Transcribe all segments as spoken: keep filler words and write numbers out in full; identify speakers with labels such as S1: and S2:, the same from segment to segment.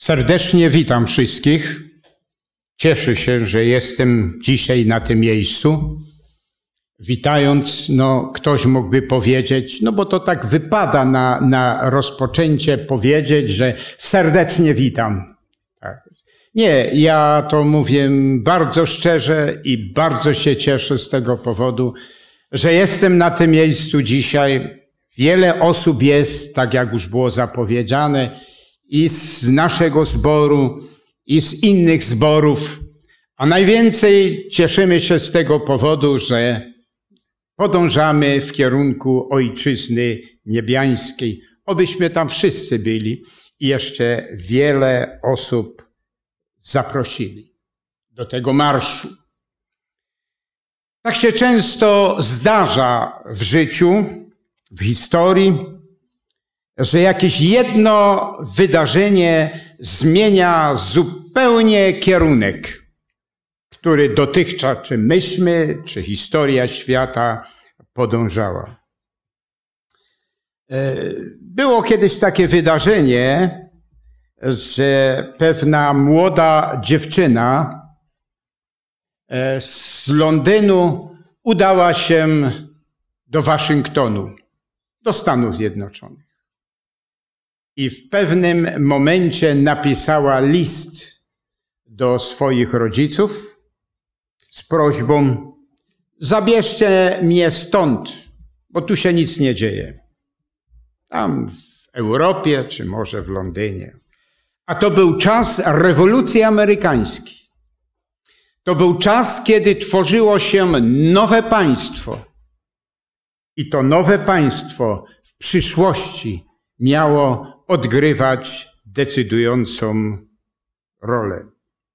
S1: Serdecznie witam wszystkich. Cieszę się, że jestem dzisiaj na tym miejscu. Witając, no ktoś mógłby powiedzieć, no bo to tak wypada na, na rozpoczęcie powiedzieć, że serdecznie witam. Tak. Nie, ja to mówię bardzo szczerze i bardzo się cieszę z tego powodu, że jestem na tym miejscu dzisiaj. Wiele osób jest, tak jak już było zapowiedziane, i z naszego zboru, i z innych zborów, a najwięcej cieszymy się z tego powodu, że podążamy w kierunku Ojczyzny Niebiańskiej. Obyśmy tam wszyscy byli i jeszcze wiele osób zaprosili do tego marszu. Tak się często zdarza w życiu, w historii, że jakieś jedno wydarzenie zmienia zupełnie kierunek, który dotychczas, czy myśmy, czy historia świata podążała. Było kiedyś takie wydarzenie, że pewna młoda dziewczyna z Londynu udała się do Waszyngtonu, do Stanów Zjednoczonych. I w pewnym momencie napisała list do swoich rodziców z prośbą: zabierzcie mnie stąd, bo tu się nic nie dzieje. Tam w Europie, czy może w Londynie. A to był czas rewolucji amerykańskiej. To był czas, kiedy tworzyło się nowe państwo. I to nowe państwo w przyszłości miało odgrywać decydującą rolę.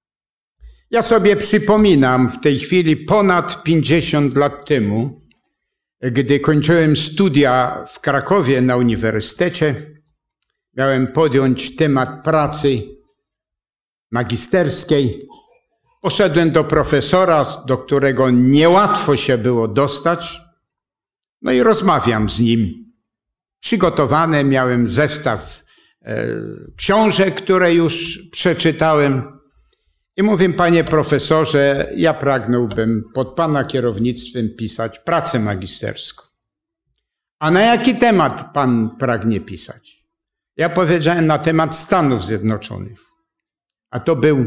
S1: Ja sobie przypominam w tej chwili ponad pięćdziesiąt lat temu, gdy kończyłem studia w Krakowie na uniwersytecie, miałem podjąć temat pracy magisterskiej. Poszedłem do profesora, do którego niełatwo się było dostać, no i rozmawiam z nim. Przygotowany miałem zestaw e, książek, które już przeczytałem. I mówię: panie profesorze, ja pragnąłbym pod pana kierownictwem pisać pracę magisterską. A na jaki temat pan pragnie pisać? Ja powiedziałem: na temat Stanów Zjednoczonych. A to był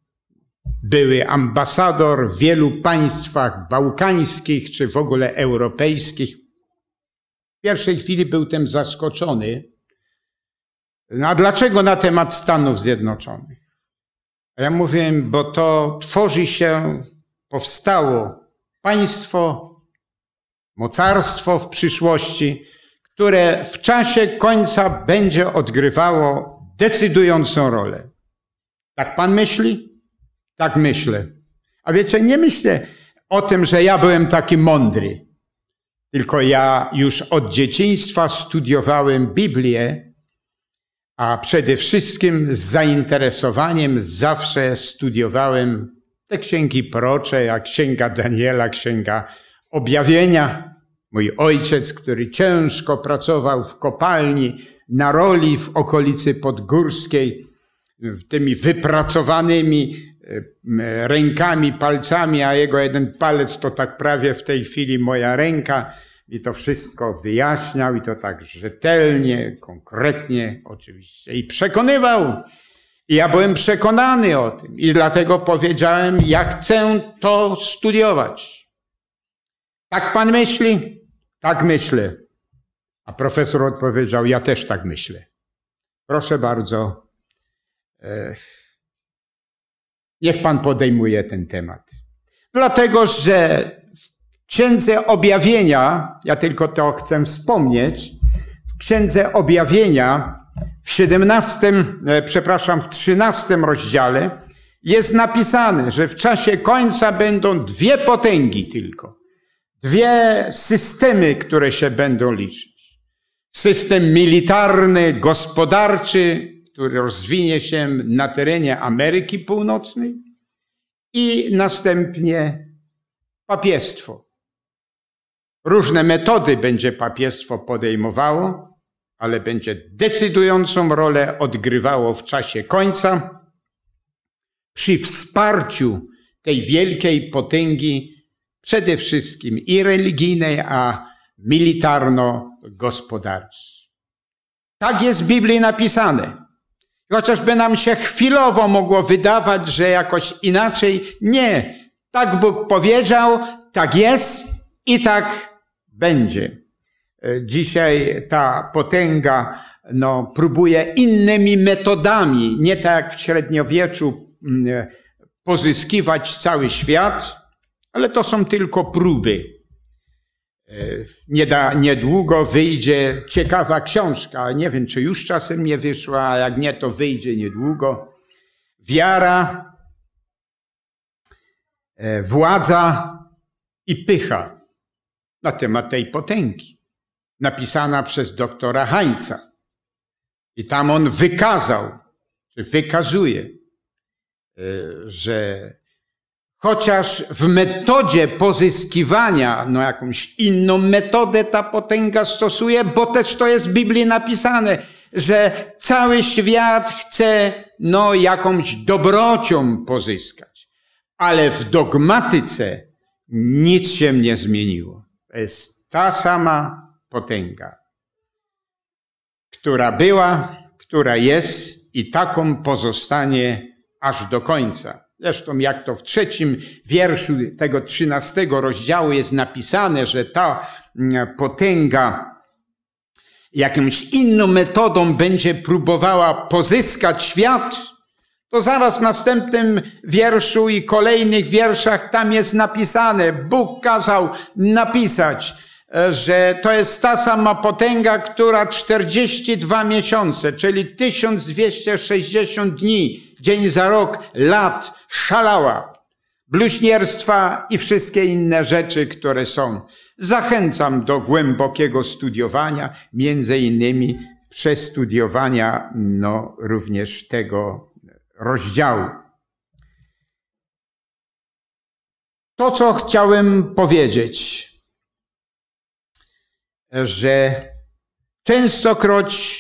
S1: były ambasador w wielu państwach bałkańskich, czy w ogóle europejskich. W pierwszej chwili był tym zaskoczony. No a dlaczego na temat Stanów Zjednoczonych? A ja mówiłem: bo to tworzy się, powstało państwo, mocarstwo w przyszłości, które w czasie końca będzie odgrywało decydującą rolę. Tak pan myśli? Tak myślę. A wiecie, nie myślę o tym, że ja byłem taki mądry. Tylko ja już od dzieciństwa studiowałem Biblię, a przede wszystkim z zainteresowaniem zawsze studiowałem te księgi prorocze, jak Księga Daniela, Księga Objawienia. Mój ojciec, który ciężko pracował w kopalni na roli w okolicy podgórskiej, tymi wypracowanymi rękami, palcami, a jego jeden palec to tak prawie w tej chwili moja ręka, i to wszystko wyjaśniał i to tak rzetelnie, konkretnie oczywiście i przekonywał. I ja byłem przekonany o tym i dlatego powiedziałem: ja chcę to studiować. Tak pan myśli? Tak myślę. A profesor odpowiedział: ja też tak myślę. Proszę bardzo, e, niech pan podejmuje ten temat. Dlatego, że w Księdze Objawienia, ja tylko to chcę wspomnieć, w Księdze Objawienia w siedemnastym, przepraszam, w trzynastym rozdziale jest napisane, że w czasie końca będą dwie potęgi tylko. Dwie systemy, które się będą liczyć. System militarny, gospodarczy, który rozwinie się na terenie Ameryki Północnej, i następnie papiestwo. Różne metody będzie papiestwo podejmowało, ale będzie decydującą rolę odgrywało w czasie końca przy wsparciu tej wielkiej potęgi, przede wszystkim i religijnej, a militarno-gospodarczej. Tak jest w Biblii napisane. Chociażby nam się chwilowo mogło wydawać, że jakoś inaczej. Nie. Tak Bóg powiedział, tak jest i tak będzie. Dzisiaj ta potęga no, próbuje innymi metodami, nie tak jak w średniowieczu, pozyskiwać cały świat, ale to są tylko próby. Niedługo wyjdzie ciekawa książka, nie wiem, czy już czasem nie wyszła, a jak nie, to wyjdzie niedługo. Wiara, władza i pycha na temat tej potęgi, napisana przez doktora Heinza. I tam on wykazał, czy wykazuje, że chociaż w metodzie pozyskiwania, no jakąś inną metodę ta potęga stosuje, bo też to jest w Biblii napisane, że cały świat chce no jakąś dobrocią pozyskać. Ale w dogmatyce nic się nie zmieniło. To jest ta sama potęga, która była, która jest i taką pozostanie aż do końca. Zresztą jak to w trzecim wierszu tego trzynastego rozdziału jest napisane, że ta potęga jakąś inną metodą będzie próbowała pozyskać świat, to zaraz w następnym wierszu i kolejnych wierszach tam jest napisane, Bóg kazał napisać, że to jest ta sama potęga, która czterdzieści dwa miesiące, czyli tysiąc dwieście sześćdziesiąt dni, dzień za rok, lat szalała. Bluźnierstwa i wszystkie inne rzeczy, które są. Zachęcam do głębokiego studiowania, między innymi przestudiowania no, również tego rozdziału. To, co chciałem powiedzieć, że częstokroć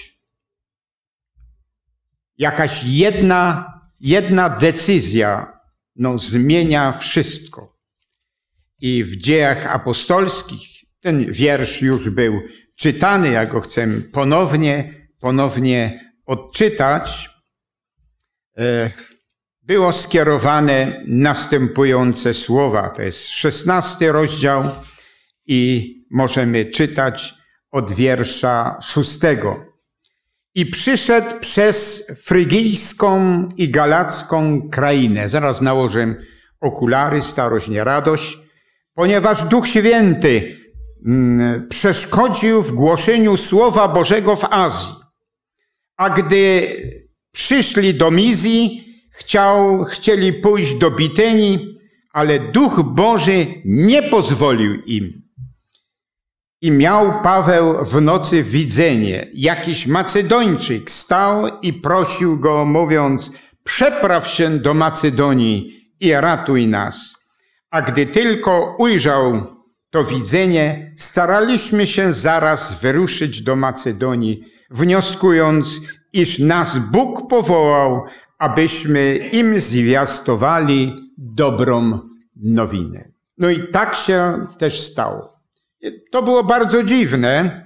S1: jakaś jedna, jedna decyzja no, zmienia wszystko. I w Dziejach Apostolskich ten wiersz już był czytany, ja go chcę ponownie, ponownie odczytać. Było skierowane następujące słowa. To jest szesnasty rozdział i możemy czytać od wiersza szóstego. I przyszedł przez frygijską i galacką krainę. Zaraz nałożę okulary, starość nie radość. Ponieważ Duch Święty mm, przeszkodził w głoszeniu Słowa Bożego w Azji. A gdy przyszli do Mizji, chciał, chcieli pójść do Bitynii, ale Duch Boży nie pozwolił im. I miał Paweł w nocy widzenie. Jakiś Macedończyk stał i prosił go, mówiąc, przepraw się do Macedonii i ratuj nas. A gdy tylko ujrzał to widzenie, staraliśmy się zaraz wyruszyć do Macedonii, wnioskując, iż nas Bóg powołał, abyśmy im zwiastowali dobrą nowinę. No i tak się też stało. To było bardzo dziwne,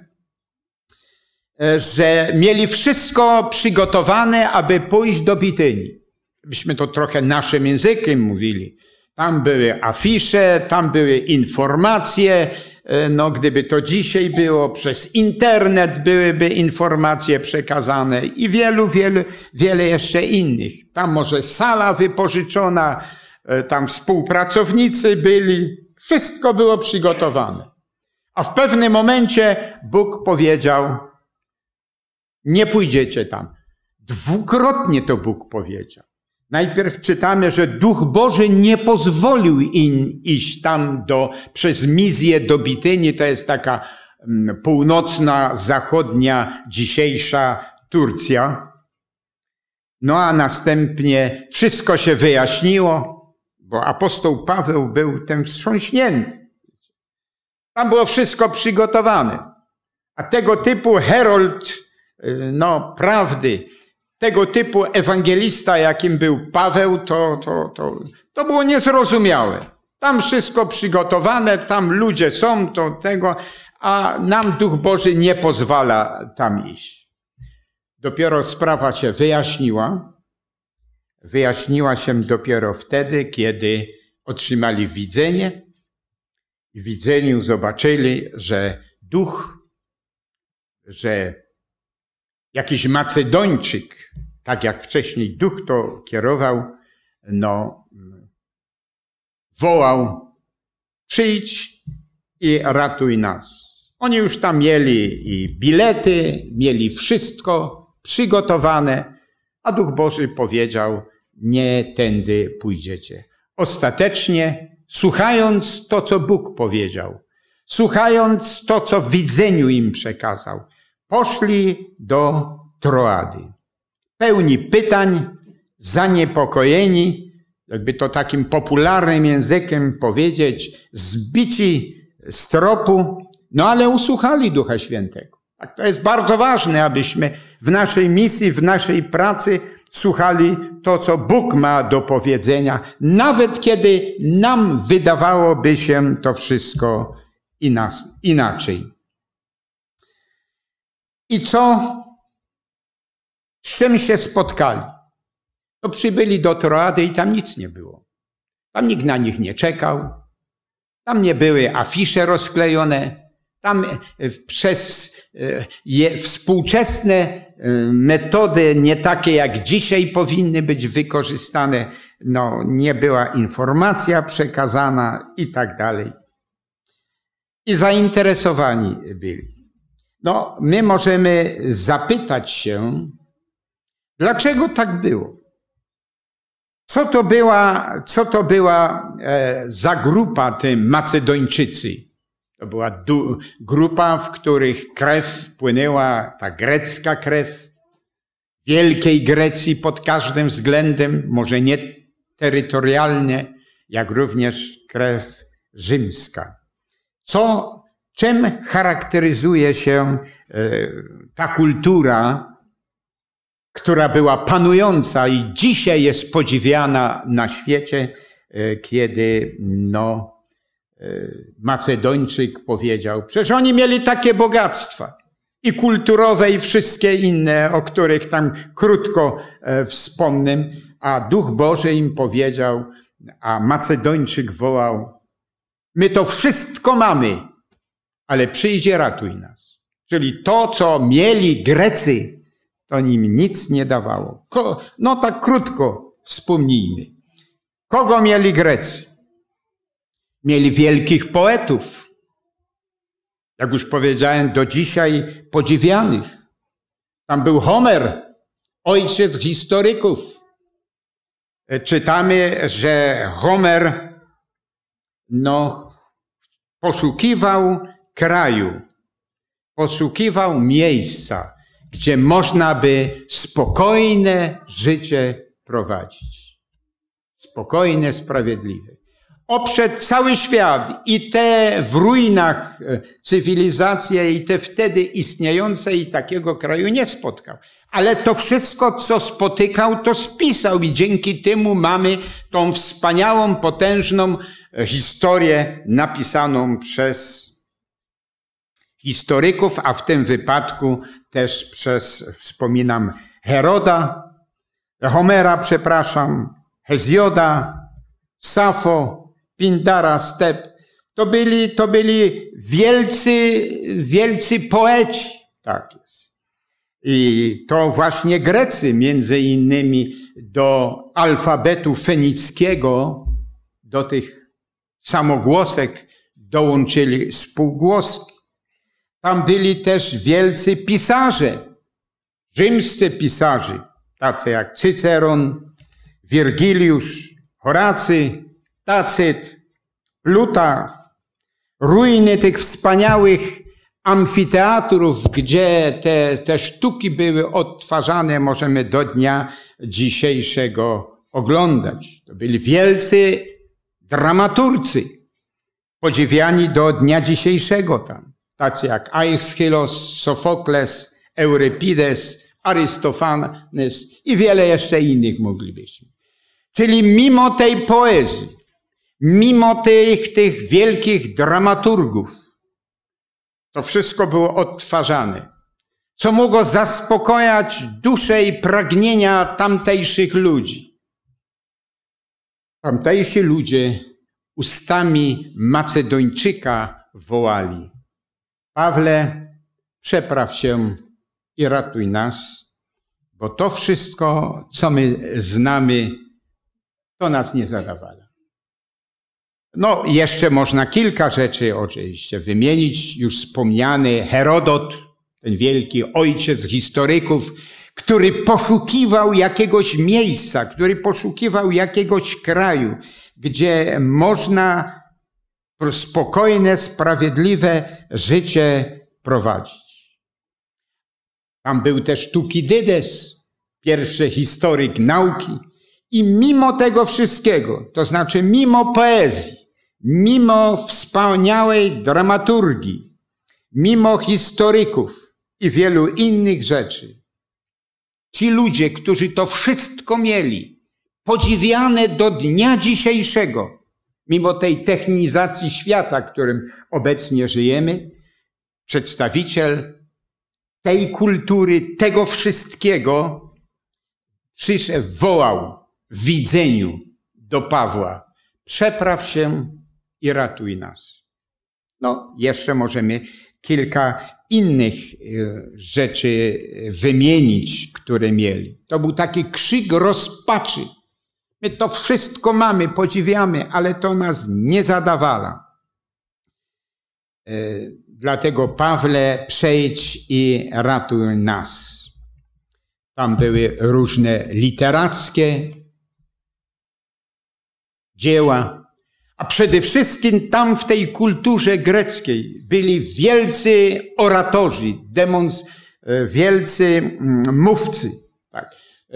S1: że mieli wszystko przygotowane, aby pójść do Bitynii. Byśmy to trochę naszym językiem mówili. Tam były afisze, tam były informacje. No, gdyby to dzisiaj było, przez internet byłyby informacje przekazane i wielu, wielu, wiele jeszcze innych. Tam może sala wypożyczona, tam współpracownicy byli. Wszystko było przygotowane. A w pewnym momencie Bóg powiedział, nie pójdziecie tam. Dwukrotnie to Bóg powiedział. Najpierw czytamy, że Duch Boży nie pozwolił im iść tam do, przez Mizję do Bitynii. To jest taka mm, północna, zachodnia, dzisiejsza Turcja. No a następnie wszystko się wyjaśniło, bo apostoł Paweł był tym wstrząśnięty. Tam było wszystko przygotowane. A tego typu Herold no, prawdy. Tego typu ewangelista, jakim był Paweł, to, to, to, to było niezrozumiałe. Tam wszystko przygotowane, tam ludzie są, to tego, a nam Duch Boży nie pozwala tam iść. Dopiero sprawa się wyjaśniła. Wyjaśniła się dopiero wtedy, kiedy otrzymali widzenie. W widzeniu zobaczyli, że duch, że jakiś Macedończyk, tak jak wcześniej duch to kierował, no, wołał: przyjdź i ratuj nas. Oni już tam mieli i bilety, mieli wszystko przygotowane, a Duch Boży powiedział: nie tędy pójdziecie. Ostatecznie, słuchając to, co Bóg powiedział, słuchając to, co w widzeniu im przekazał, poszli do Troady. Pełni pytań, zaniepokojeni, jakby to takim popularnym językiem powiedzieć, zbici z tropu, no ale usłuchali Ducha Świętego. Tak, to jest bardzo ważne, abyśmy w naszej misji, w naszej pracy słuchali to, co Bóg ma do powiedzenia, nawet kiedy nam wydawałoby się to wszystko inaczej. I co? Z czym się spotkali? No przybyli do Troady i tam nic nie było. Tam nikt na nich nie czekał. Tam nie były afisze rozklejone. Tam przez je, współczesne metody, nie takie jak dzisiaj powinny być wykorzystane, no nie była informacja przekazana i tak dalej. I zainteresowani byli. No, my możemy zapytać się, dlaczego tak było? Co to była, co to była e, za grupa, te Macedończycy? To była du- grupa, w których krew płynęła, ta grecka krew, wielkiej Grecji pod każdym względem, może nie terytorialnie, jak również krew rzymska. Co, czym charakteryzuje się e, ta kultura, która była panująca i dzisiaj jest podziwiana na świecie, e, kiedy no, e, Macedończyk powiedział, przecież oni mieli takie bogactwa i kulturowe i wszystkie inne, o których tam krótko e, wspomnę, a Duch Boży im powiedział, a Macedończyk wołał: my to wszystko mamy, ale przyjdzie, ratuj nas. Czyli to, co mieli Grecy, to nim nic nie dawało. Ko- no tak krótko wspomnijmy. Kogo mieli Grecy? Mieli wielkich poetów. Jak już powiedziałem, do dzisiaj podziwianych. Tam był Homer, ojciec historyków. Czytamy, że Homer no, poszukiwał kraju, poszukiwał miejsca, gdzie można by spokojne życie prowadzić. Spokojne, sprawiedliwe. Oprzedł cały świat i te w ruinach cywilizacje i te wtedy istniejące i takiego kraju nie spotkał. Ale to wszystko, co spotykał, to spisał i dzięki temu mamy tą wspaniałą, potężną historię napisaną przez historyków, a w tym wypadku też przez, wspominam, Heroda, Homera, przepraszam, Hezjoda, Safo, Pindara, Step. To byli, to byli wielcy, wielcy poeci. Tak jest. I to właśnie Grecy, między innymi do alfabetu fenickiego, do tych samogłosek dołączyli spółgłoski. Tam byli też wielcy pisarze, rzymscy pisarze, tacy jak Cyceron, Wirgiliusz, Horacy, Tacyt, Plutarch. Ruiny tych wspaniałych amfiteatrów, gdzie te, te sztuki były odtwarzane, możemy do dnia dzisiejszego oglądać. To byli wielcy dramaturcy, podziwiani do dnia dzisiejszego tam. Tacy jak Aeschylus, Sofokles, Eurypides, Arystofanes i wiele jeszcze innych moglibyśmy. Czyli mimo tej poezji, mimo tych, tych wielkich dramaturgów, to wszystko było odtwarzane, co mogło zaspokojać duszę i pragnienia tamtejszych ludzi. Tamtejsi ludzie ustami Macedończyka wołali: Pawle, przepraw się i ratuj nas, bo to wszystko, co my znamy, to nas nie zadawala. No, jeszcze można kilka rzeczy oczywiście wymienić. Już wspomniany Herodot, ten wielki ojciec historyków, który poszukiwał jakiegoś miejsca, który poszukiwał jakiegoś kraju, gdzie można spokojne, sprawiedliwe życie prowadzić. Tam był też Tukidydes, pierwszy historyk nauki. I mimo tego wszystkiego, to znaczy mimo poezji, mimo wspaniałej dramaturgii, mimo historyków i wielu innych rzeczy, ci ludzie, którzy to wszystko mieli, podziwiane do dnia dzisiejszego, mimo tej technizacji świata, w którym obecnie żyjemy, przedstawiciel tej kultury, tego wszystkiego przyszedł, wołał w widzeniu do Pawła: przepraw się i ratuj nas. No, jeszcze możemy kilka innych rzeczy wymienić, które mieli. To był taki krzyk rozpaczy. My to wszystko mamy, podziwiamy, ale to nas nie zadawala. Dlatego, Pawle, przejdź i ratuj nas. Tam były różne literackie dzieła, a przede wszystkim tam w tej kulturze greckiej byli wielcy oratorzy, demons, wielcy mówcy. Tak.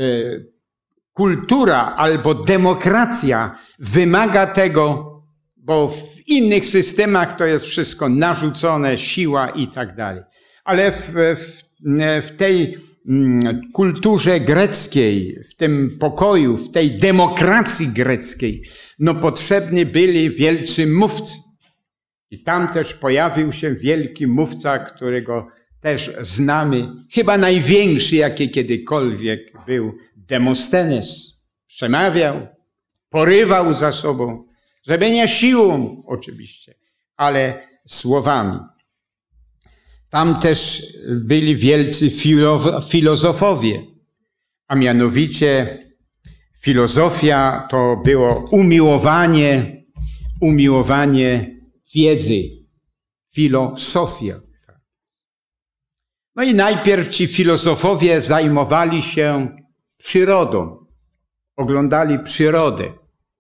S1: Kultura albo demokracja wymaga tego, bo w innych systemach to jest wszystko narzucone, siła i tak dalej. Ale w, w, w tej kulturze greckiej, w tym pokoju, w tej demokracji greckiej, no potrzebni byli wielcy mówcy. I tam też pojawił się wielki mówca, którego też znamy, chyba największy, jaki kiedykolwiek był, Demostenes. Przemawiał, porywał za sobą, żeby nie siłą oczywiście, ale słowami. Tam też byli wielcy filozofowie, a mianowicie filozofia to było umiłowanie, umiłowanie wiedzy, filosofia. No i najpierw ci filozofowie zajmowali się przyrodą, oglądali przyrodę,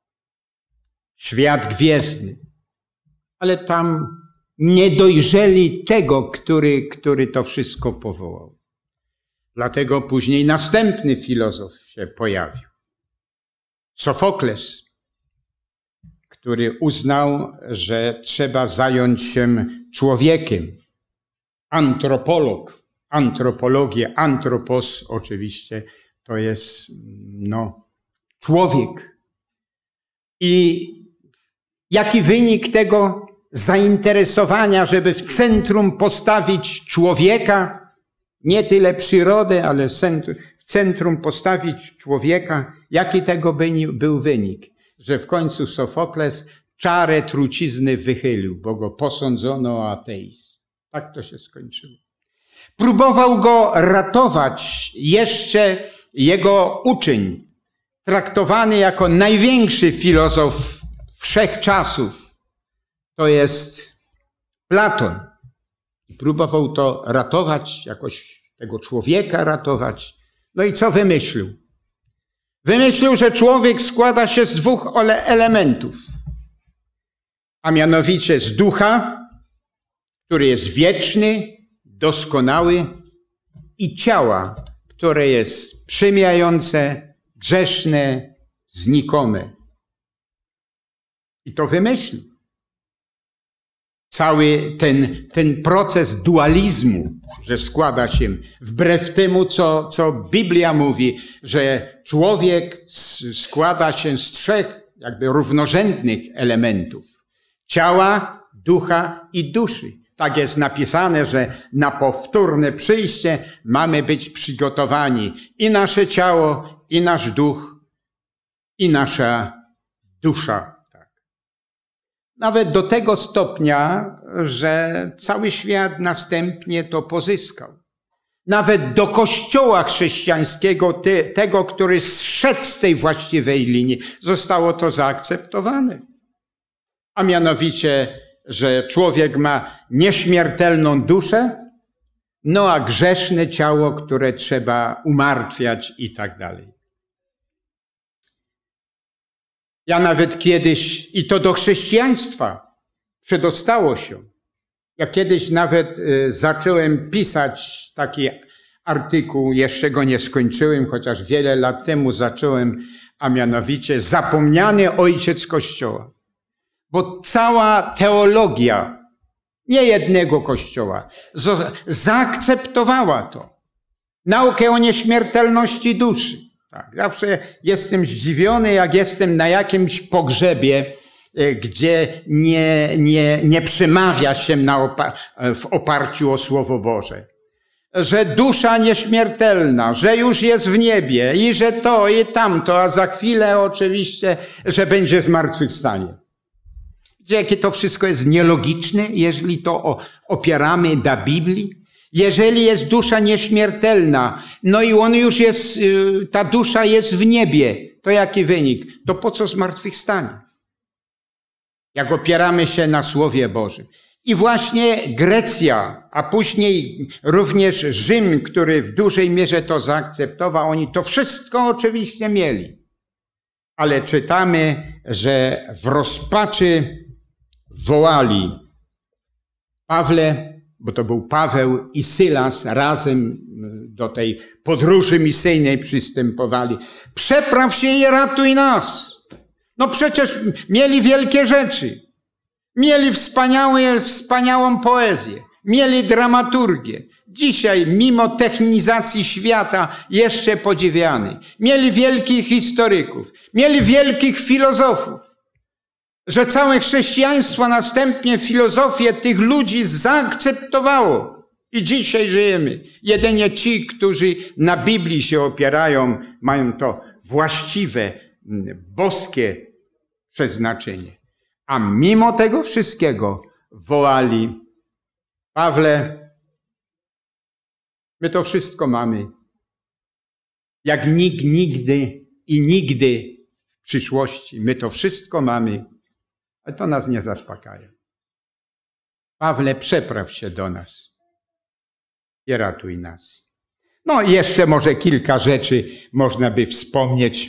S1: świat gwiezdny, ale tam nie dojrzeli tego, który, który to wszystko powołał. Dlatego później następny filozof się pojawił. Sofokles, który uznał, że trzeba zająć się człowiekiem. Antropolog, antropologia, antropos oczywiście to jest no, człowiek. I jaki wynik tego zainteresowania, żeby w centrum postawić człowieka, nie tyle przyrodę, ale w centrum postawić człowieka, jaki tego był wynik? Że w końcu Sofokles czarę trucizny wychylił, bo go posądzono o ateizm. Tak to się skończyło. Próbował go ratować jeszcze jego uczeń, traktowany jako największy filozof wszechczasów. To jest Platon. I próbował to ratować, jakoś tego człowieka ratować. No i co wymyślił? Wymyślił, że człowiek składa się z dwóch elementów. A mianowicie z ducha, który jest wieczny, doskonały, i ciała, które jest przemijające, grzeszne, znikome. I to wymyślił. cały ten, ten proces dualizmu, że składa się wbrew temu, co, co Biblia mówi, że człowiek składa się z trzech jakby równorzędnych elementów. Ciała, ducha i duszy. Tak jest napisane, że na powtórne przyjście mamy być przygotowani. I nasze ciało, i nasz duch, i nasza dusza. Tak. Nawet do tego stopnia, że cały świat następnie to pozyskał. Nawet do kościoła chrześcijańskiego, te, tego, który zszedł z tej właściwej linii, zostało to zaakceptowane. A mianowicie, że człowiek ma nieśmiertelną duszę, no a grzeszne ciało, które trzeba umartwiać i tak dalej. Ja nawet kiedyś, i to do chrześcijaństwa przedostało się, ja kiedyś nawet y, zacząłem pisać taki artykuł, jeszcze go nie skończyłem, chociaż wiele lat temu zacząłem, a mianowicie Zapomniany Ojciec Kościoła. Bo cała teologia nie jednego kościoła zaakceptowała to. Naukę o nieśmiertelności duszy. Tak, zawsze jestem zdziwiony, jak jestem na jakimś pogrzebie, gdzie nie, nie, nie przemawia się na opa- w oparciu o Słowo Boże. Że dusza nieśmiertelna, że już jest w niebie i że to i tamto, a za chwilę oczywiście, że będzie zmartwychwstanie. Wiecie, jakie to wszystko jest nielogiczne, jeżeli to opieramy na Biblii? Jeżeli jest dusza nieśmiertelna, no i on już jest, ta dusza jest w niebie, to jaki wynik? To po co zmartwychwstanie? Jak opieramy się na Słowie Bożym. I właśnie Grecja, a później również Rzym, który w dużej mierze to zaakceptował, oni to wszystko oczywiście mieli. Ale czytamy, że w rozpaczy wołali: Pawle, bo to był Paweł i Sylas, razem do tej podróży misyjnej przystępowali. Przepraw się i ratuj nas. No przecież mieli wielkie rzeczy. Mieli wspaniałe, wspaniałą poezję. Mieli dramaturgię. Dzisiaj, mimo technizacji świata, jeszcze podziwiany. Mieli wielkich historyków. Mieli wielkich filozofów. Że całe chrześcijaństwo następnie filozofię tych ludzi zaakceptowało. I dzisiaj żyjemy. Jedynie ci, którzy na Biblii się opierają, mają to właściwe, boskie przeznaczenie. A mimo tego wszystkiego wołali: Pawle, my to wszystko mamy. Jak nikt nigdy i nigdy w przyszłości. My to wszystko mamy, ale to nas nie zaspokaja. Pawle, przepraw się do nas i ratuj nas. No i jeszcze może kilka rzeczy można by wspomnieć,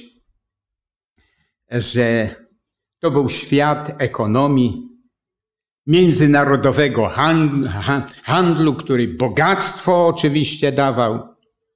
S1: że to był świat ekonomii, międzynarodowego handlu, handlu, który bogactwo oczywiście dawał,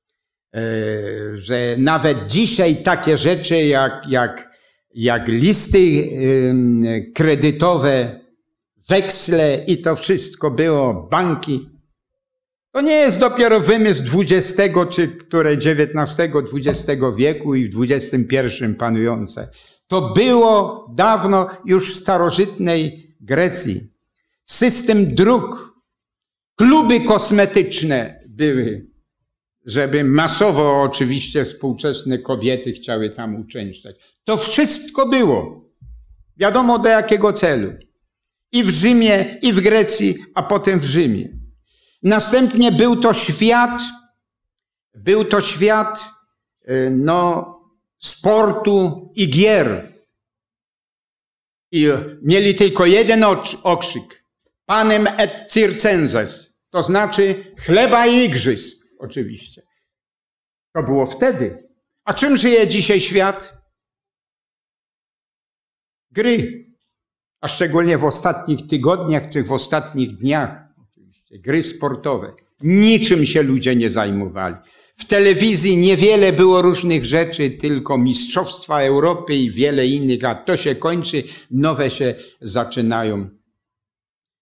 S1: że nawet dzisiaj takie rzeczy jak, jak, jak listy kredytowe, weksle i to wszystko było, banki. To nie jest dopiero wymysł dwudziestego czy które dziewiętnastego, dwudziestego wieku i w dwudziestym pierwszym panujące. To było dawno już w starożytnej Grecji. System dróg, kluby kosmetyczne były, żeby masowo oczywiście współczesne kobiety chciały tam uczęszczać. To wszystko było. Wiadomo do jakiego celu. I w Rzymie, i w Grecji, a potem w Rzymie. Następnie był to świat, był to świat, no, sportu i gier. I mieli tylko jeden okrzyk. Panem et circenses. To znaczy chleba i igrzysk, oczywiście. To było wtedy. A czym żyje dzisiaj świat? Gry. A szczególnie w ostatnich tygodniach, czy w ostatnich dniach. Oczywiście. Gry sportowe. Niczym się ludzie nie zajmowali. W telewizji niewiele było różnych rzeczy, tylko Mistrzostwa Europy i wiele innych, a to się kończy, nowe się zaczynają.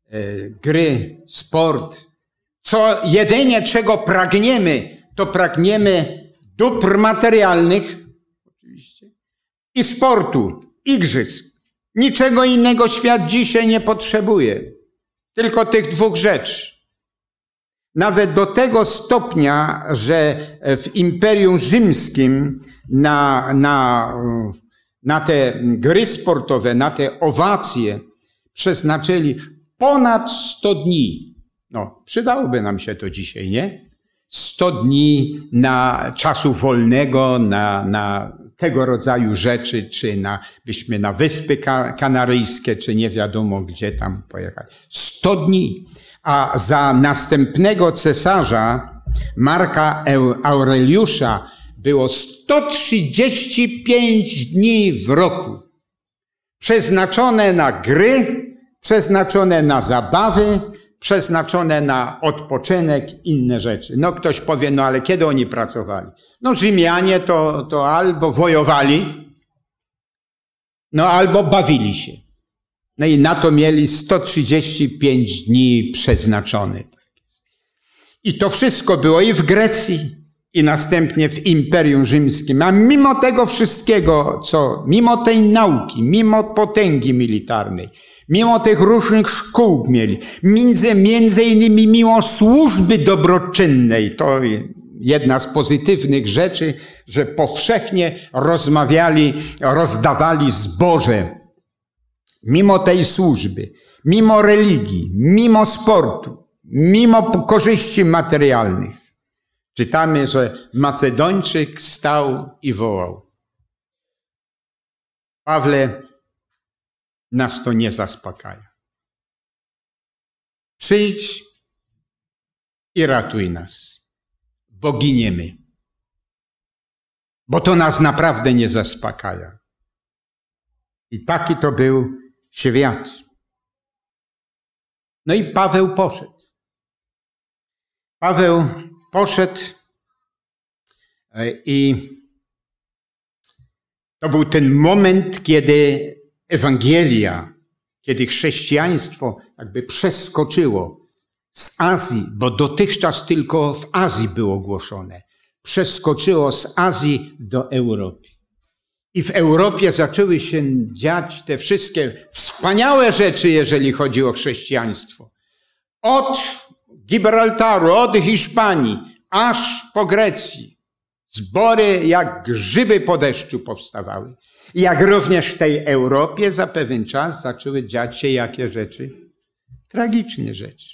S1: gry, sport. Co jedynie czego pragniemy, to pragniemy dóbr materialnych, oczywiście, i sportu, igrzysk. Niczego innego świat dzisiaj nie potrzebuje. Tylko tych dwóch rzeczy. Nawet do tego stopnia, że w Imperium Rzymskim na, na, na te gry sportowe, na te owacje przeznaczyli ponad sto dni. No, przydałoby nam się to dzisiaj, nie? sto dni na czasu wolnego, na, na tego rodzaju rzeczy, czy na, byśmy na Wyspy Kanaryjskie, czy nie wiadomo gdzie tam pojechali. sto dni. A za następnego cesarza, Marka Aureliusza, było sto trzydzieści pięć dni w roku. Przeznaczone na gry, przeznaczone na zabawy, przeznaczone na odpoczynek, inne rzeczy. No ktoś powie, no ale kiedy oni pracowali? No Rzymianie to, to albo wojowali, no albo bawili się. No i na to mieli sto trzydzieści pięć dni przeznaczone. I to wszystko było i w Grecji, i następnie w Imperium Rzymskim. A mimo tego wszystkiego, co, mimo tej nauki, mimo potęgi militarnej, mimo tych różnych szkół mieli, między, między innymi mimo służby dobroczynnej, to jedna z pozytywnych rzeczy, że powszechnie rozmawiali, rozdawali zboże. Mimo tej służby, mimo religii, mimo sportu, mimo korzyści materialnych, czytamy, że Macedończyk stał i wołał: Pawle, nas to nie zaspokaja. Przyjdź i ratuj nas, bo giniemy. Bo to nas naprawdę nie zaspokaja. I taki to był świat. No i Paweł poszedł. Paweł poszedł i to był ten moment, kiedy Ewangelia, kiedy chrześcijaństwo jakby przeskoczyło z Azji, bo dotychczas tylko w Azji było głoszone, przeskoczyło z Azji do Europy. I w Europie zaczęły się dziać te wszystkie wspaniałe rzeczy, jeżeli chodzi o chrześcijaństwo. Od Gibraltaru, od Hiszpanii, aż po Grecji. Zbory jak grzyby po deszczu powstawały. I jak również w tej Europie za pewien czas zaczęły dziać się jakie rzeczy? Tragiczne rzeczy.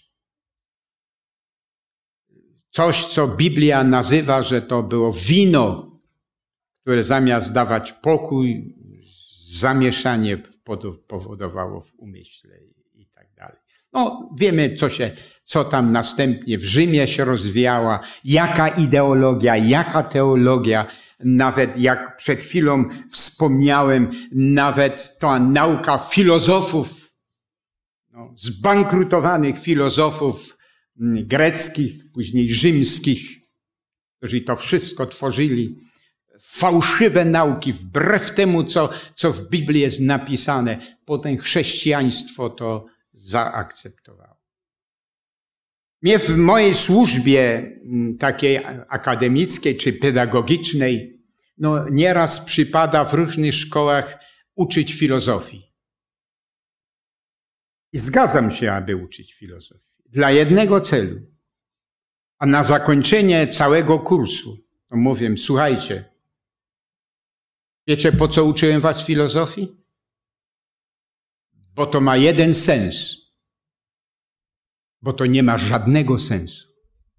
S1: Coś, co Biblia nazywa, że to było wino, które zamiast dawać pokój, zamieszanie powodowało w umyśle i tak dalej. No, wiemy, co się, co tam następnie w Rzymie się rozwijała, jaka ideologia, jaka teologia, nawet jak przed chwilą wspomniałem, nawet ta nauka filozofów, no, zbankrutowanych filozofów greckich, później rzymskich, którzy to wszystko tworzyli, fałszywe nauki, wbrew temu, co, co w Biblii jest napisane, potem chrześcijaństwo to zaakceptowało. Mnie w mojej służbie takiej akademickiej czy pedagogicznej, no nieraz przypada w różnych szkołach uczyć filozofii. I zgadzam się, aby uczyć filozofii. Dla jednego celu. A na zakończenie całego kursu, to mówię, słuchajcie, wiecie, po co uczyłem was filozofii? Bo to ma jeden sens. Bo to nie ma żadnego sensu.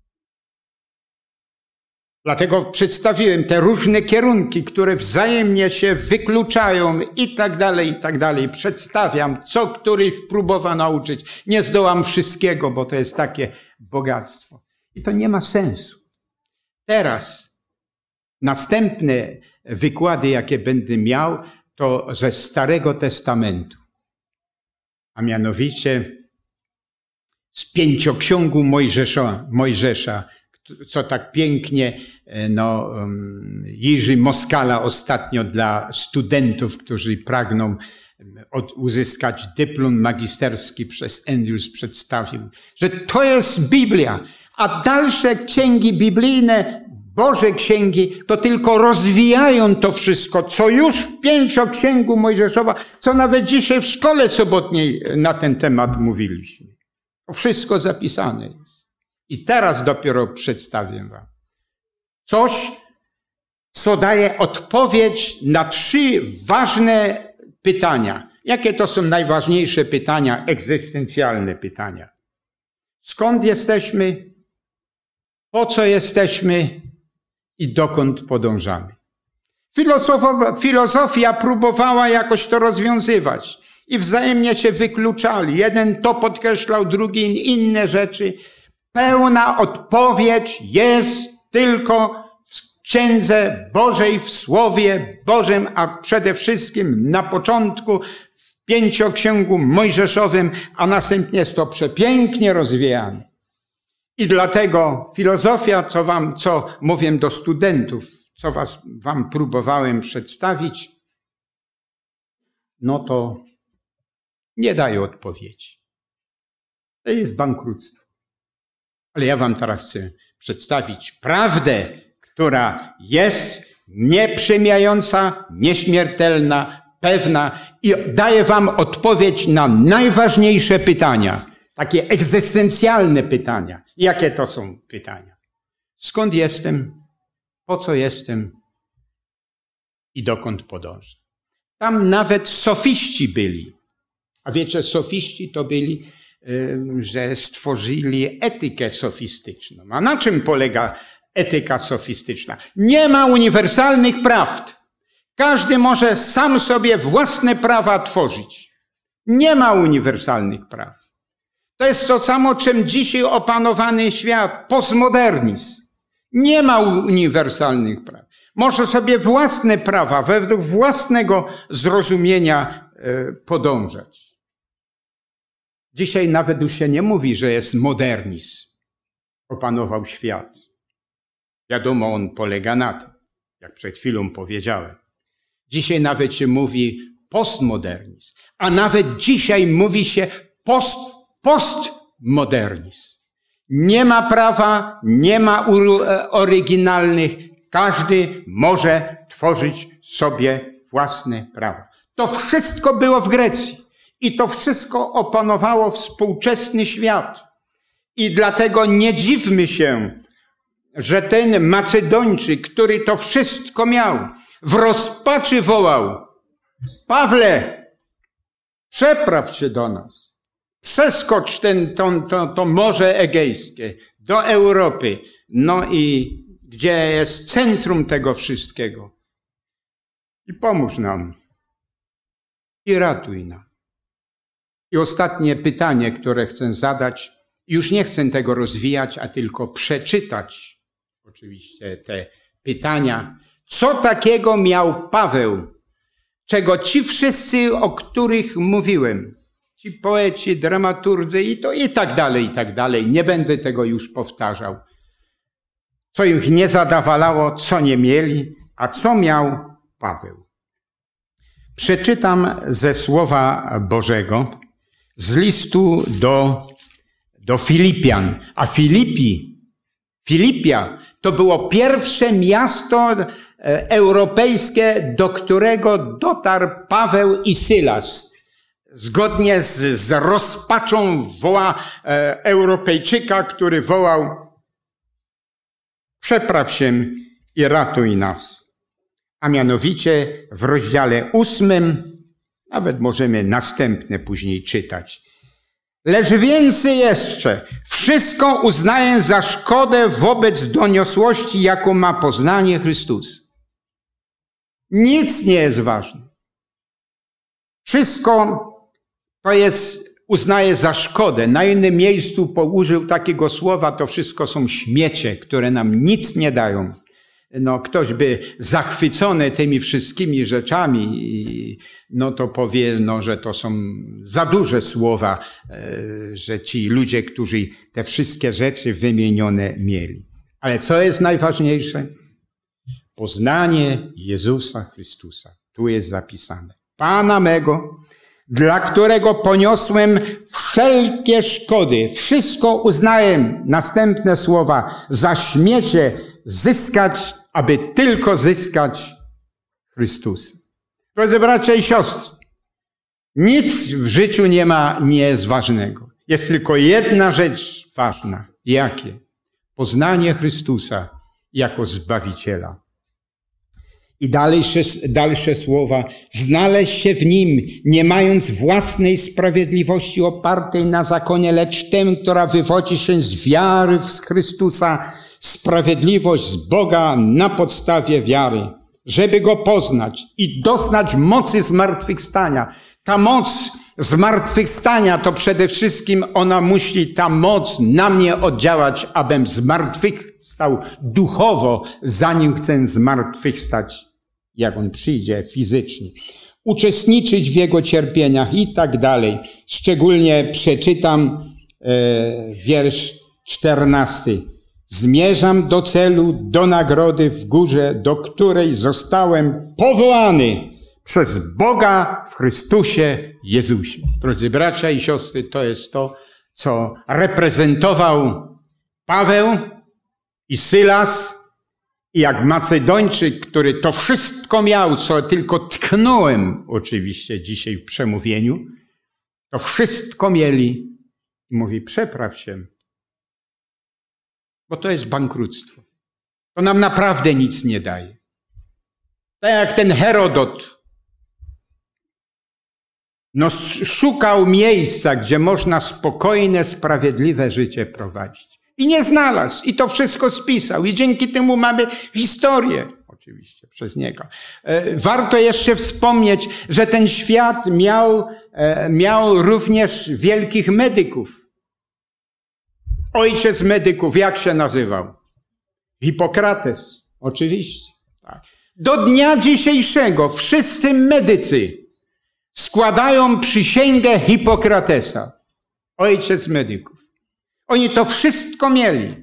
S1: Dlatego przedstawiłem te różne kierunki, które wzajemnie się wykluczają i tak dalej, i tak dalej. Przedstawiam, co który próbował nauczyć. Nie zdołam wszystkiego, bo to jest takie bogactwo. I to nie ma sensu. Teraz następne wykłady, jakie będę miał, to ze Starego Testamentu. A mianowicie z pięcioksięgu Mojżesza, Mojżesza, co tak pięknie no, Jerzy Moskala ostatnio dla studentów, którzy pragną od, uzyskać dyplom magisterski przez Andrews przedstawił, że to jest Biblia, a dalsze księgi biblijne, Boże księgi, to tylko rozwijają to wszystko, co już w pięcioksięgu Mojżeszowa, co nawet dzisiaj w szkole sobotniej na ten temat mówiliśmy. To wszystko zapisane jest. I teraz dopiero przedstawię wam coś, co daje odpowiedź na trzy ważne pytania. Jakie to są najważniejsze pytania, egzystencjalne pytania? Skąd jesteśmy? Po co jesteśmy? I dokąd podążamy? Filozofia próbowała jakoś to rozwiązywać i wzajemnie się wykluczali. Jeden to podkreślał, drugi inne rzeczy. Pełna odpowiedź jest tylko w Księdze Bożej, w Słowie Bożym, a przede wszystkim na początku w pięcioksięgu Mojżeszowym, a następnie jest to przepięknie rozwijane. I dlatego filozofia, co wam, co mówię do studentów, co was, wam próbowałem przedstawić, no to nie daje odpowiedzi. To jest bankructwo. Ale ja wam teraz chcę przedstawić prawdę, która jest nieprzemijająca, nieśmiertelna, pewna i daje wam odpowiedź na najważniejsze pytania. Takie egzystencjalne pytania. Jakie to są pytania? Skąd jestem? Po co jestem? I dokąd podążę? Tam nawet sofiści byli. A wiecie, sofiści to byli, że stworzyli etykę sofistyczną. A na czym polega etyka sofistyczna? Nie ma uniwersalnych prawd. Każdy może sam sobie własne prawa tworzyć. Nie ma uniwersalnych praw. To jest to samo, czym dzisiaj opanowany świat, postmodernizm. Nie ma uniwersalnych praw. Może sobie własne prawa, według własnego zrozumienia podążać. Dzisiaj nawet już się nie mówi, że jest modernizm. Opanował świat. Wiadomo, on polega na tym, jak przed chwilą powiedziałem. Dzisiaj nawet się mówi postmodernizm. A nawet dzisiaj mówi się post Postmodernizm. Nie ma prawa, nie ma oryginalnych. Każdy może tworzyć sobie własne prawa. To wszystko było w Grecji. I to wszystko opanowało współczesny świat. I dlatego nie dziwmy się, że ten Macedończyk, który to wszystko miał, w rozpaczy wołał: Pawle, przepraw się do nas. Przeskocz ten, to, to, to Morze Egejskie do Europy, no i gdzie jest centrum tego wszystkiego. I pomóż nam. I ratuj nam. I ostatnie pytanie, które chcę zadać, już nie chcę tego rozwijać, a tylko przeczytać oczywiście te pytania. Co takiego miał Paweł, czego ci wszyscy, o których mówiłem, ci poeci, dramaturdzy i to i tak dalej, i tak dalej. Nie będę tego już powtarzał. Co ich nie zadowalało, co nie mieli, a co miał Paweł. Przeczytam ze Słowa Bożego, z listu do, do Filipian. A Filipi, Filipia to było pierwsze miasto europejskie, do którego dotarł Paweł i Sylas. Zgodnie z, z rozpaczą woła e, Europejczyka, który wołał: przepraw się i ratuj nas. A mianowicie w rozdziale ósmym, nawet możemy następne później czytać. Lecz więcej jeszcze, wszystko uznaję za szkodę wobec doniosłości, jaką ma poznanie Chrystusa. Nic nie jest ważne. Wszystko to jest, uznaje za szkodę. Na innym miejscu użył takiego słowa, to wszystko są śmiecie, które nam nic nie dają. No, ktoś by zachwycony tymi wszystkimi rzeczami, no to powie, no, że to są za duże słowa, że ci ludzie, którzy te wszystkie rzeczy wymienione mieli. Ale co jest najważniejsze? Poznanie Jezusa Chrystusa. Tu jest zapisane. Pana mego, dla którego poniosłem wszelkie szkody. Wszystko uznałem, następne słowa, za śmiecie zyskać, aby tylko zyskać Chrystusa. Drodzy bracia i siostry, nic w życiu nie ma, nie jest ważnego. Jest tylko jedna rzecz ważna. Jakie? Poznanie Chrystusa jako Zbawiciela. I dalsze, dalsze słowa. Znaleźć się w Nim, nie mając własnej sprawiedliwości opartej na zakonie, lecz tę, która wywodzi się z wiary w Chrystusa, sprawiedliwość z Boga na podstawie wiary, żeby Go poznać i doznać mocy zmartwychwstania. Ta moc zmartwychwstania to przede wszystkim ona musi, ta moc na mnie oddziałać, abym zmartwychwstał duchowo, zanim chcę zmartwychwstać, jak On przyjdzie fizycznie. Uczestniczyć w Jego cierpieniach i tak dalej. Szczególnie przeczytam e, wiersz czternasty. Zmierzam do celu, do nagrody w górze, do której zostałem powołany przez Boga w Chrystusie Jezusie. Drodzy bracia i siostry, to jest to, co reprezentował Paweł i Sylas, i jak Macedończyk, który to wszystko miał, co tylko tknąłem oczywiście dzisiaj w przemówieniu, to wszystko mieli i mówi, przepraw się, bo to jest bankructwo. To nam naprawdę nic nie daje. Tak jak ten Herodot, no szukał miejsca, gdzie można spokojne, sprawiedliwe życie prowadzić. I nie znalazł. I to wszystko spisał. I dzięki temu mamy historię. Oczywiście przez niego. Warto jeszcze wspomnieć, że ten świat miał, miał również wielkich medyków. Ojciec medyków, jak się nazywał? Hipokrates. Oczywiście. Tak. Do dnia dzisiejszego wszyscy medycy składają przysięgę Hipokratesa. Ojciec medyków. Oni to wszystko mieli.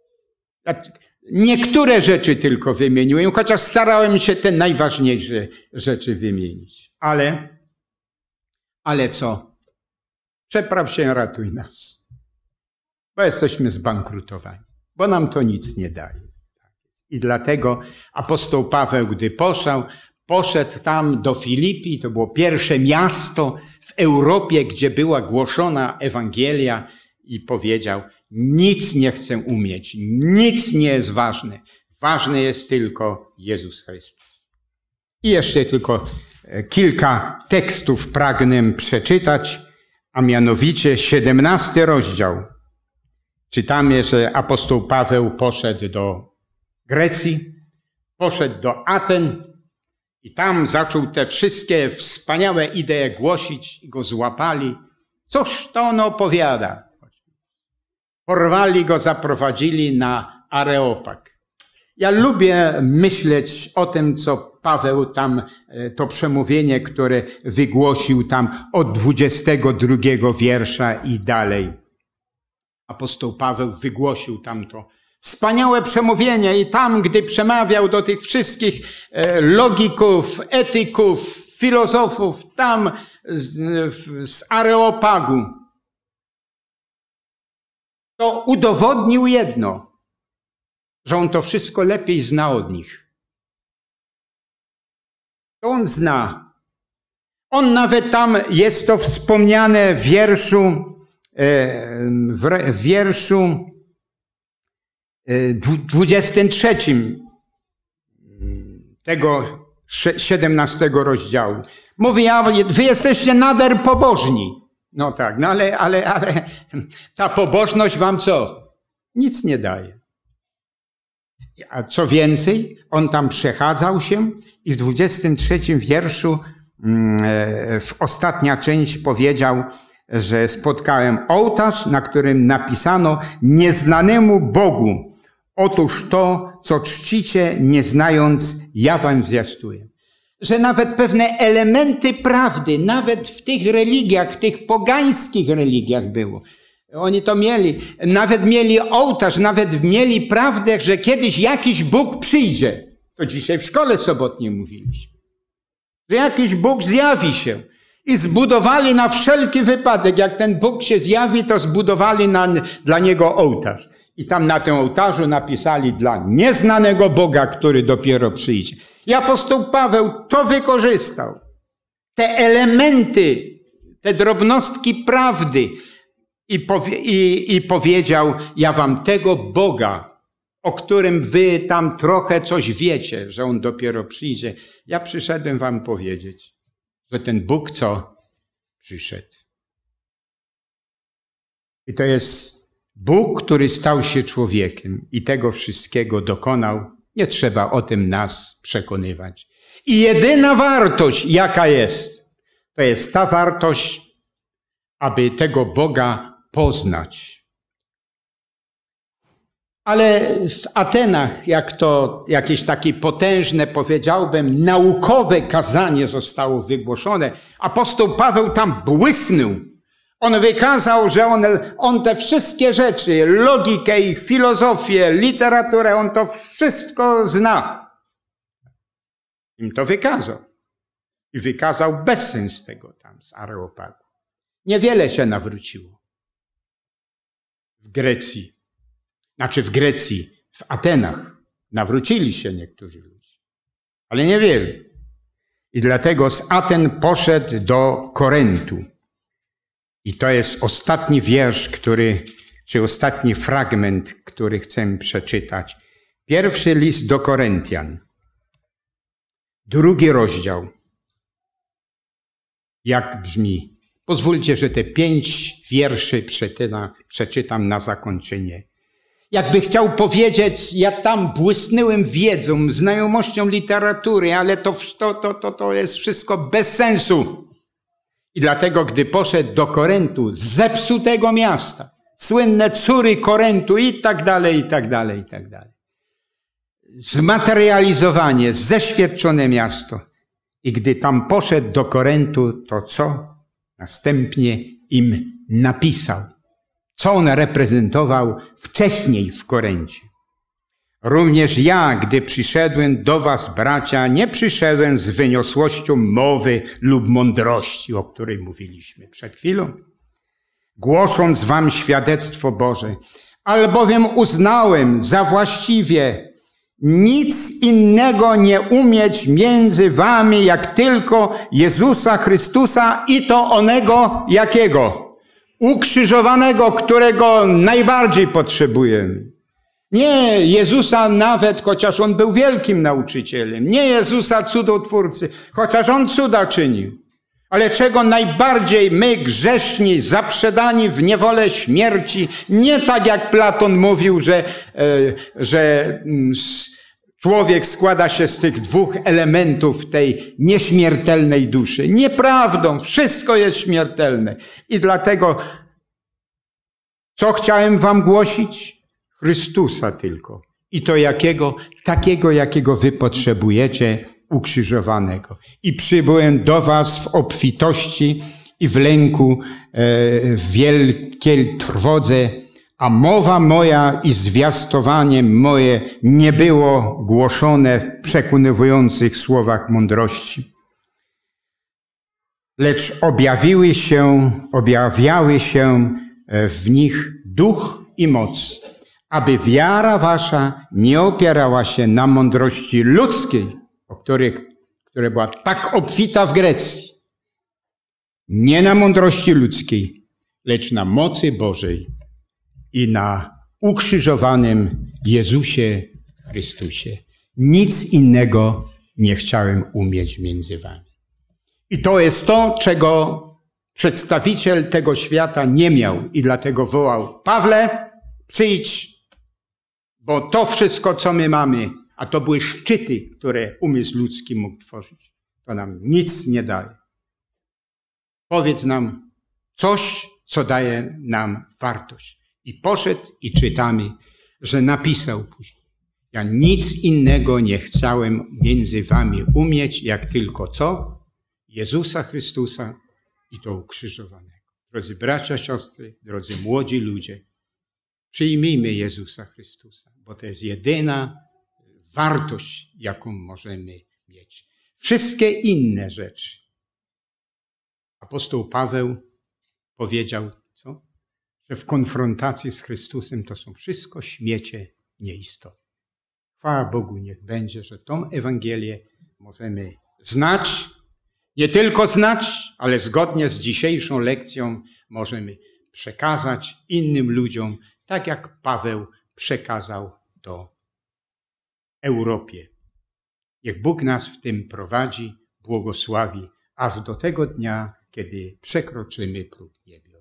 S1: Niektóre rzeczy tylko wymieniłem, chociaż starałem się te najważniejsze rzeczy wymienić. Ale, ale co? Przepraw się, ratuj nas. Bo jesteśmy zbankrutowani. Bo nam to nic nie daje. I dlatego apostoł Paweł, gdy poszedł, poszedł tam do Filipi, to było pierwsze miasto w Europie, gdzie była głoszona Ewangelia, i powiedział, nic nie chcę umieć, nic nie jest ważne. Ważny jest tylko Jezus Chrystus. I jeszcze tylko kilka tekstów pragnę przeczytać, a mianowicie siedemnasty rozdział. Czytamy, że apostoł Paweł poszedł do Grecji, poszedł do Aten i tam zaczął te wszystkie wspaniałe idee głosić i go złapali. Cóż to on opowiada? Porwali go, zaprowadzili na Areopag. Ja lubię myśleć o tym, co Paweł tam, to przemówienie, które wygłosił tam od dwudziestego drugiego wiersza i dalej. Apostoł Paweł wygłosił tam to wspaniałe przemówienie i tam, gdy przemawiał do tych wszystkich logików, etyków, filozofów, tam z, z Areopagu, to udowodnił jedno, że on to wszystko lepiej zna od nich. To on zna. On nawet tam, jest to wspomniane w wierszu, w wierszu dwudziestym trzecim tego siedemnastego rozdziału. Mówi, a wy jesteście nader pobożni. No tak, no ale, ale, ale ta pobożność wam co? Nic nie daje. A co więcej, on tam przechadzał się i w dwudziestym trzecim wierszu w ostatnia część powiedział, że spotkałem ołtarz, na którym napisano nieznanemu Bogu. Otóż to, co czcicie, nie znając, ja wam zwiastuję. Że nawet pewne elementy prawdy, nawet w tych religiach, tych pogańskich religiach było. Oni to mieli. Nawet mieli ołtarz, nawet mieli prawdę, że kiedyś jakiś Bóg przyjdzie. To dzisiaj w szkole sobotniej mówiliśmy. Że jakiś Bóg zjawi się. I zbudowali na wszelki wypadek. Jak ten Bóg się zjawi, to zbudowali na, dla Niego ołtarz. I tam na tym ołtarzu napisali dla nieznanego Boga, który dopiero przyjdzie. I apostoł Paweł to wykorzystał. Te elementy, te drobnostki prawdy. I, powie, i, I powiedział, ja wam tego Boga, o którym wy tam trochę coś wiecie, że On dopiero przyjdzie. Ja przyszedłem wam powiedzieć, że ten Bóg co? Przyszedł. I to jest Bóg, który stał się człowiekiem i tego wszystkiego dokonał. Nie trzeba o tym nas przekonywać. I jedyna wartość, jaka jest, to jest ta wartość, aby tego Boga poznać. Ale w Atenach, jak to jakieś takie potężne, powiedziałbym, naukowe kazanie zostało wygłoszone, apostoł Paweł tam błysnął. On wykazał, że on, on te wszystkie rzeczy, logikę ich, filozofię, literaturę, on to wszystko zna. Im to wykazał. I wykazał bezsens tego tam z Areopagu. Niewiele się nawróciło w Grecji. Znaczy w Grecji, w Atenach. Nawrócili się niektórzy ludzie, ale niewiele. I dlatego z Aten poszedł do Koryntu. I to jest ostatni wiersz, który, czy ostatni fragment, który chcę przeczytać. Pierwszy list do Koryntian. Drugi rozdział. Jak brzmi? Pozwólcie, że te pięć wierszy przeczytam, przeczytam na zakończenie. Jakby chciał powiedzieć, ja tam błysnęłem wiedzą, znajomością literatury, ale to, to, to, to, to jest wszystko bez sensu. I dlatego, gdy poszedł do Koryntu, zepsutego miasta, słynne córy Koryntu i tak dalej, i tak dalej, i tak dalej. Zmaterializowanie, zeświadczone miasto. I gdy tam poszedł do Koryntu, to co? Następnie im napisał. Co on reprezentował wcześniej w Koryncie. Również ja, gdy przyszedłem do was, bracia, nie przyszedłem z wyniosłością mowy lub mądrości, o której mówiliśmy przed chwilą, głosząc wam świadectwo Boże, albowiem uznałem za właściwie nic innego nie umieć między wami, jak tylko Jezusa Chrystusa i to onego jakiego? Ukrzyżowanego, którego najbardziej potrzebujemy. Nie Jezusa nawet, chociaż On był wielkim nauczycielem. Nie Jezusa cudotwórcy, chociaż On cuda czynił. Ale czego najbardziej my, grzeszni, zaprzedani w niewolę śmierci, nie tak jak Platon mówił, że, że człowiek składa się z tych dwóch elementów tej nieśmiertelnej duszy. Nieprawdą, wszystko jest śmiertelne. I dlatego, co chciałem wam głosić? Chrystusa tylko. I to jakiego? Takiego, jakiego wy potrzebujecie, ukrzyżowanego. I przybyłem do was w obfitości i w lęku, w wielkiej trwodze, a mowa moja i zwiastowanie moje nie było głoszone w przekonywujących słowach mądrości. Lecz objawiły się, objawiały się w nich duch i moc, aby wiara wasza nie opierała się na mądrości ludzkiej, o której, która była tak obfita w Grecji. Nie na mądrości ludzkiej, lecz na mocy Bożej i na ukrzyżowanym Jezusie Chrystusie. Nic innego nie chciałem umieć między wami. I to jest to, czego przedstawiciel tego świata nie miał i dlatego wołał: Pawle, przyjdź, bo to wszystko, co my mamy, a to były szczyty, które umysł ludzki mógł tworzyć, to nam nic nie daje. Powiedz nam coś, co daje nam wartość. I poszedł i czytamy, że napisał później: ja nic innego nie chciałem między wami umieć, jak tylko co? Jezusa Chrystusa i to ukrzyżowanego. Drodzy bracia, siostry, drodzy młodzi ludzie, przyjmijmy Jezusa Chrystusa, bo to jest jedyna wartość, jaką możemy mieć. Wszystkie inne rzeczy. Apostoł Paweł powiedział, co? Że w konfrontacji z Chrystusem to są wszystko śmiecie nieistotne. Chwała Bogu niech będzie, że tą Ewangelię możemy znać, nie tylko znać, ale zgodnie z dzisiejszą lekcją możemy przekazać innym ludziom, tak jak Paweł przekazał to Europie. Niech Bóg nas w tym prowadzi, błogosławi, aż do tego dnia, kiedy przekroczymy próg niebios.